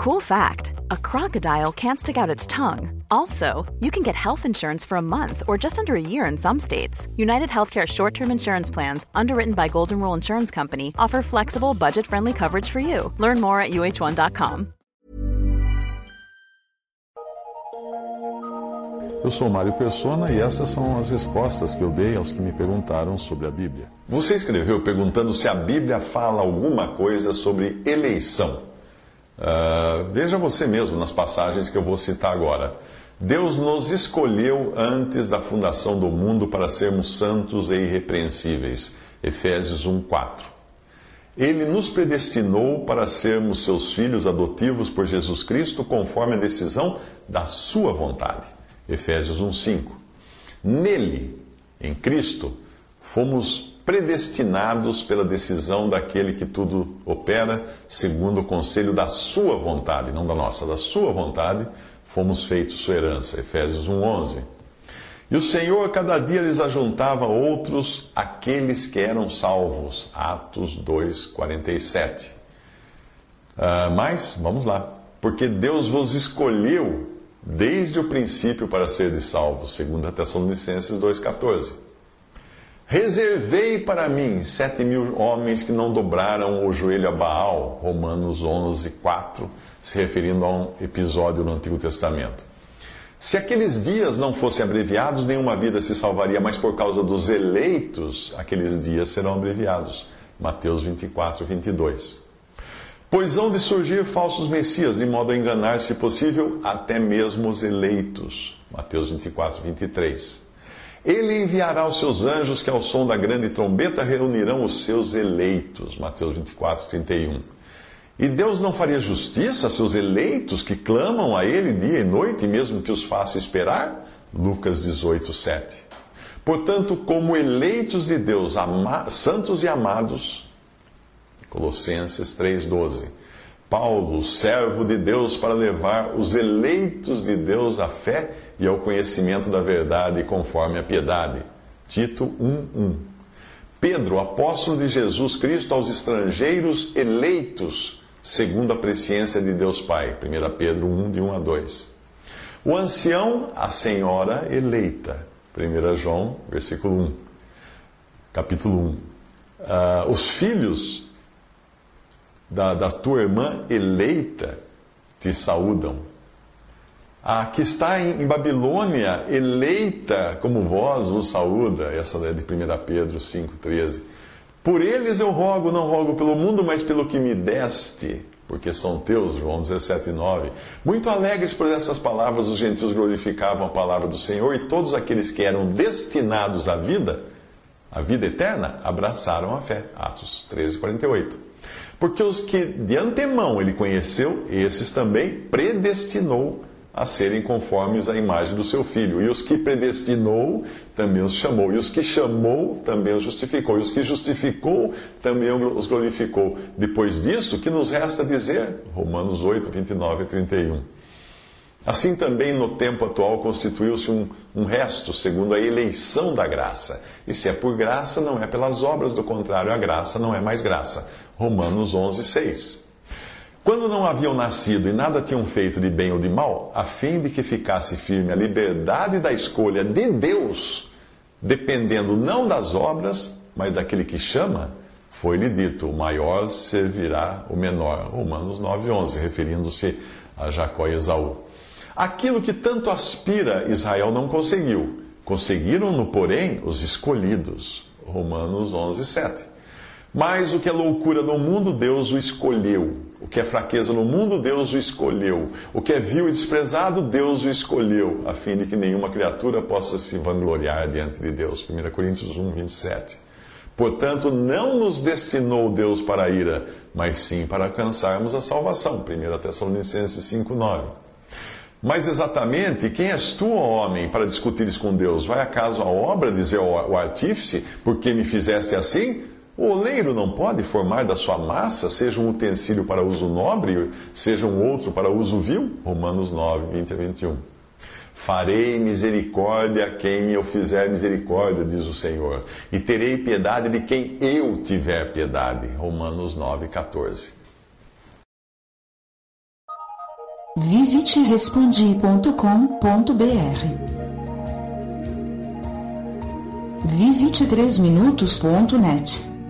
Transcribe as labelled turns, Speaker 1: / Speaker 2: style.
Speaker 1: Cool fact, a crocodile can't stick out its tongue. Also, you can get health insurance for a month or just under a year in some states. United Healthcare short-term insurance plans, underwritten by Golden Rule Insurance Company, offer flexible, budget-friendly coverage for you. Learn more at uh1.com.
Speaker 2: Eu sou Mário Persona e essas são as respostas que eu dei aos que me perguntaram sobre a Bíblia.
Speaker 3: Você escreveu perguntando se a Bíblia fala alguma coisa sobre eleição. Veja você mesmo nas passagens que eu vou citar agora. Deus nos escolheu antes da fundação do mundo para sermos santos e irrepreensíveis. Efésios 1:4. Ele nos predestinou para sermos seus filhos adotivos por Jesus Cristo, conforme a decisão da sua vontade. Efésios 1:5. Nele, em Cristo, fomos predestinados pela decisão daquele que tudo opera, segundo o conselho da sua vontade, não da nossa, da sua vontade, fomos feitos sua herança. Efésios 1:11. E o Senhor cada dia lhes ajuntava outros, aqueles que eram salvos. Atos 2:47. Mas, vamos lá. Porque Deus vos escolheu desde o princípio para serdes salvos. 2 Tessalonicenses 2:14. Reservei para mim 7.000 homens que não dobraram o joelho a Baal. Romanos 11:4, se referindo a um episódio no Antigo Testamento. Se aqueles dias não fossem abreviados, nenhuma vida se salvaria, mas por causa dos eleitos, aqueles dias serão abreviados. Mateus 24:22. Pois hão de surgir falsos messias, de modo a enganar, se possível, até mesmo os eleitos. Mateus 24:23. Ele enviará os seus anjos que ao som da grande trombeta reunirão os seus eleitos. Mateus 24:31. E Deus não faria justiça a seus eleitos que clamam a Ele dia e noite, mesmo que os faça esperar? Lucas 18:7. Portanto, como eleitos de Deus, santos e amados, Colossenses 3:12. Paulo, servo de Deus, para levar os eleitos de Deus à fé e ao conhecimento da verdade conforme a piedade. Tito 1:1. Pedro, apóstolo de Jesus Cristo aos estrangeiros eleitos, segundo a presciência de Deus Pai. 1 Pedro 1, de 1 a 2. O ancião, a senhora eleita. 1 João, versículo 1. Capítulo 1. Os filhos da tua irmã eleita te saúdam. A que está em Babilônia, eleita como vós, vos saúda. Essa é de 1 Pedro 5:13. Por eles eu rogo, não rogo pelo mundo, mas pelo que me deste, porque são teus. João 17:9. Muito alegres por essas palavras, os gentios glorificavam a palavra do Senhor, e todos aqueles que eram destinados à vida eterna, abraçaram a fé. Atos 13:48. Porque os que de antemão ele conheceu, esses também predestinou a serem conformes à imagem do seu Filho. E os que predestinou, também os chamou. E os que chamou, também os justificou. E os que justificou, também os glorificou. Depois disso, o que nos resta dizer? Romanos 8, 29 e 31. Assim também no tempo atual constituiu-se um resto, segundo a eleição da graça. E se é por graça, não é pelas obras, do contrário, a graça não é mais graça. Romanos 11:6. Quando não haviam nascido e nada tinham feito de bem ou de mal, a fim de que ficasse firme a liberdade da escolha de Deus, dependendo não das obras, mas daquele que chama, foi-lhe dito: o maior servirá o menor. Romanos 9:11, referindo-se a Jacó e Esaú. Aquilo que tanto aspira Israel não conseguiu. Conseguiram-no, porém, os escolhidos. Romanos 11:7. Mas o que é loucura no mundo, Deus o escolheu. O que é fraqueza no mundo, Deus o escolheu. O que é vil e desprezado, Deus o escolheu, a fim de que nenhuma criatura possa se vangloriar diante de Deus. 1 Coríntios 1:27. Portanto, não nos destinou Deus para a ira, mas sim para alcançarmos a salvação. 1 Tessalonicenses 5:9. Mas exatamente, quem és tu, ó homem, para discutires com Deus? Vai acaso a obra dizer ao artífice, por que me fizeste assim? O oleiro não pode formar da sua massa, seja um utensílio para uso nobre, seja um outro para uso vil? Romanos 9, 20 a 21. Farei misericórdia a quem eu fizer misericórdia, diz o Senhor, e terei piedade de quem eu tiver piedade. Romanos 9, 14.
Speaker 4: Visite respondi.com.br. Visite 3minutos.net.